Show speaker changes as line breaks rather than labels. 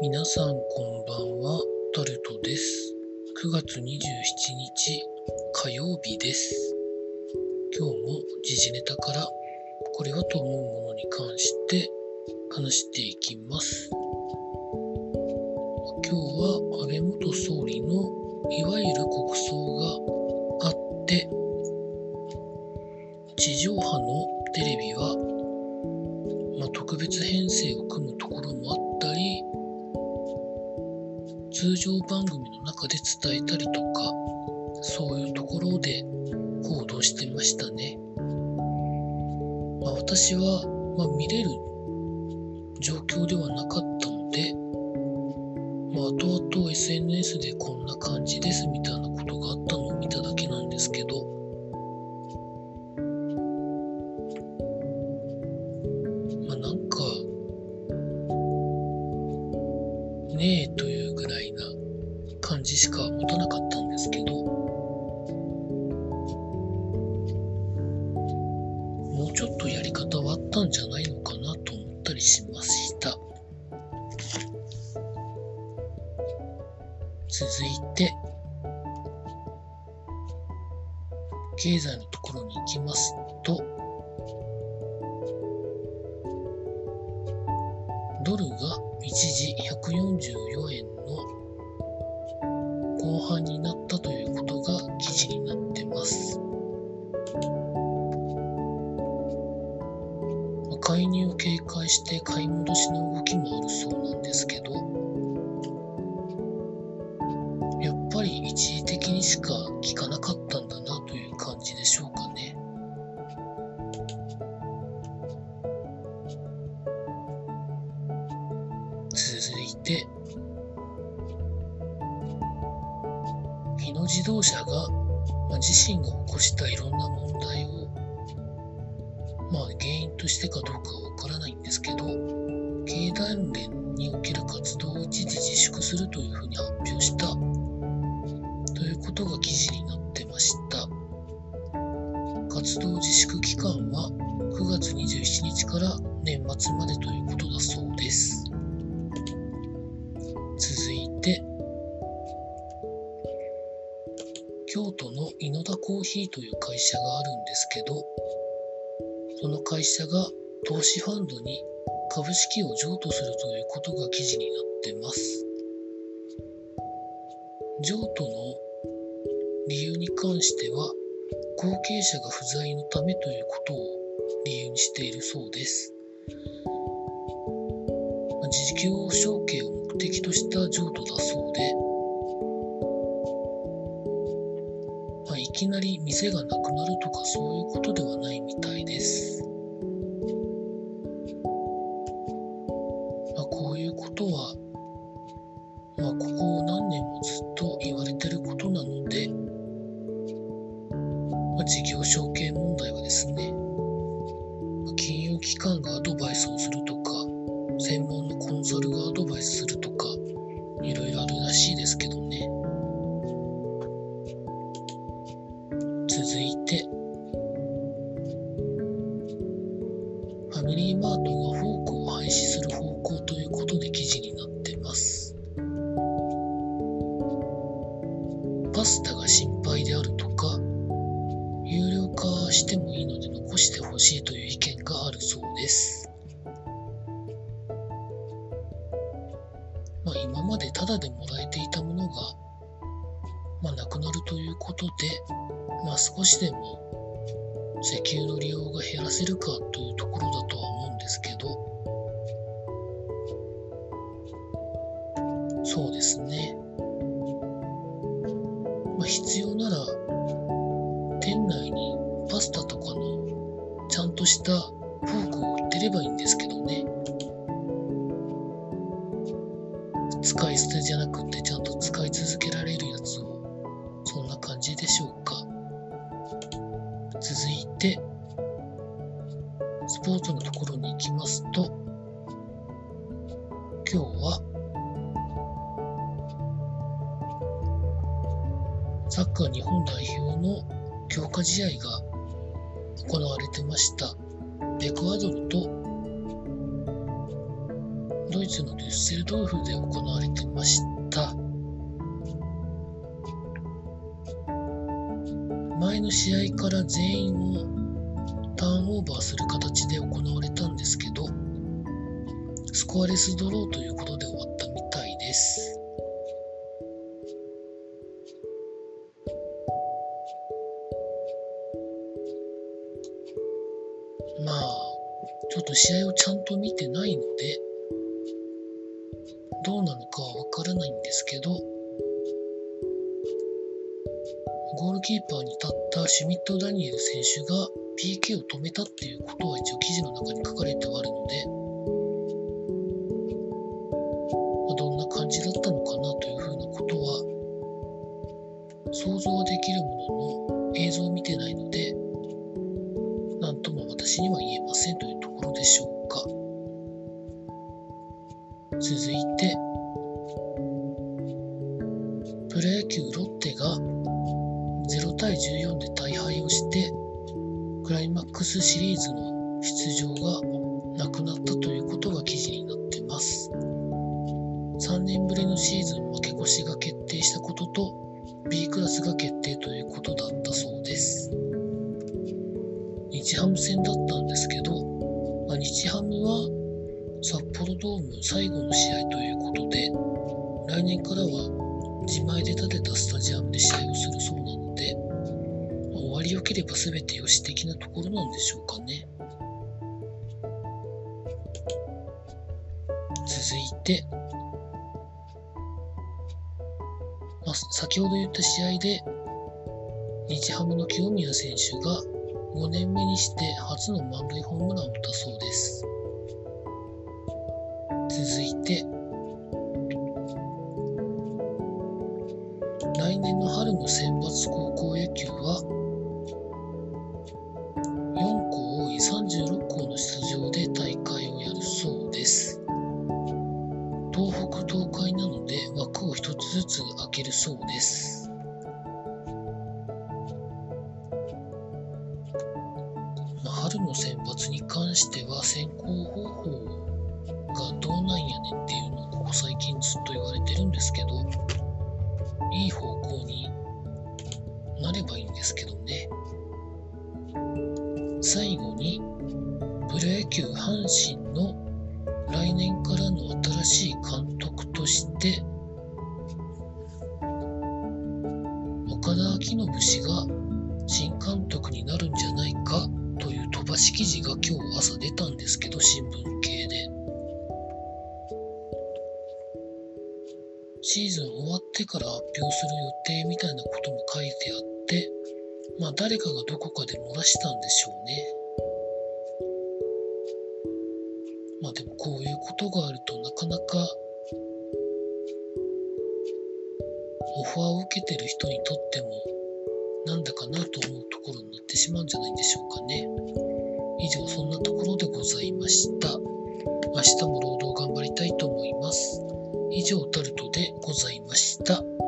皆さんこんばんは、タルトです。9月27日火曜日です。今日も時事ネタからこれはと思うものに関して話していきます。今日は安倍元総理のいわゆる国葬があって、地上波のテレビは、特別編成を組むところもあったり、通常番組の中で伝えたりとか、そういうところで報道してましたね。私は、見れる状況ではなかったので、後々 SNS でこんな感じですみたいなことがあったのを見ただけなんですけど、なんかねえというぐらいな感じしか持たなかったんですけど、もうちょっとやり方はあったんじゃないのかなと思ったりしました。続いて経済のところに行きますと、ドルが一時144円の後半になったということが記事になってます。介入を警戒して買い戻しの動きもあるそうなんですけど、やっぱり一時的にしか効かなかったんだなという感じでしょうかね。続いて日野自動車が、自身が起こしたいろんな問題を、原因としてかどうかはわからないんですけど、経団連における活動を一時自粛するというふうに発表したということが記事になってました。活動自粛期間は9月27日から年末までということだそうです。続いて京都の井の田コーヒーという会社があるんですけど、その会社が投資ファンドに株式を譲渡するということが記事になってます。譲渡の理由に関しては、後継者が不在のためということを理由にしているそうです。事業承継を目的とした譲渡だそうで、いきなり店がなくなるとかそういうことではないみたいです。こういうことは、ここ何年もずっと言われてることなので、事業承継問題はですね、金融機関がアドバイスをするとか、専門のコンサルがアドバイスするとか、いろいろあるらしいですけどね。続いてファミリーマートがフォークを廃止する方向ということで記事になってます。パスタが心配であるとか、有料化してもいいので残してほしいという意見があるそうです。今までタダでもらえていたものが、なくなるということで、少しでも石油の利用が減らせるかというところだとは思うんですけど、そうですね。必要なら店内にパスタとかのちゃんとしたフォークを売ってればいいんですけどね。使い捨てじゃなくてちゃんと使い続けられるやつを、そんな感じでしょうか。続いてスポーツのところに行きますと、今日はサッカー日本代表の強化試合が行われてました。エクアドルとドドイツのデュッセルドルフで行われてました。前の試合から全員をターンオーバーする形で行われたんですけど、スコアレスドローということで終わったみたいです。ちょっと試合をちゃんと見てないのでどうなのかはわからないんですけど、ゴールキーパーに立ったシュミット・ダニエル選手が PK を止めたっていうことは一応記事の中に書かれてはあるので、どんな感じだったのかなというふうなことは想像はできるものの映像を見てないので何とも私には言えませんというところでしょうか。続いてプロ野球ロッテが0対14で大敗をしてクライマックスシリーズの出場がなくなったということが記事になっています。3年ぶりのシーズン負け越しが決定したことと B クラスが決定ということだったそうです。日ハム戦だったんですけど、日ハムは札幌ドーム最後の試合ということで、来年からは自前で建てたスタジアムで試合をするそうなので、終わり良ければ全てよし的なところなんでしょうかね。続いて、先ほど言った試合で日ハムの清宮選手が5年目にして初の満塁ホームランを打ったそうです。続いて、来年の春の選抜高校野球は4校多い36校の出場で大会をやるそうです。東北東海なので枠を1つずつ空けるそうです。春の選抜に関しては選考方法がどうなんやねんっていうのをここ最近ずっと言われてるんですけど、いい方向になればいいんですけどね。最後にプロ野球阪神の来年からの新しい監督として岡田彰布氏が新監督になるんじゃないかという飛ばし記事が今日朝出たんですけど、新聞系でシーズン終わってから発表する予定みたいなことも書いてあって、誰かがどこかで漏らしたんでしょうね。でもこういうことがあるとなかなかオファーを受けてる人にとってもなんだかなと思うところになってしまうんじゃないでしょうかね。以上、そんなところでございました。明日も労働頑張りたいと思います。以上、タルトでございました。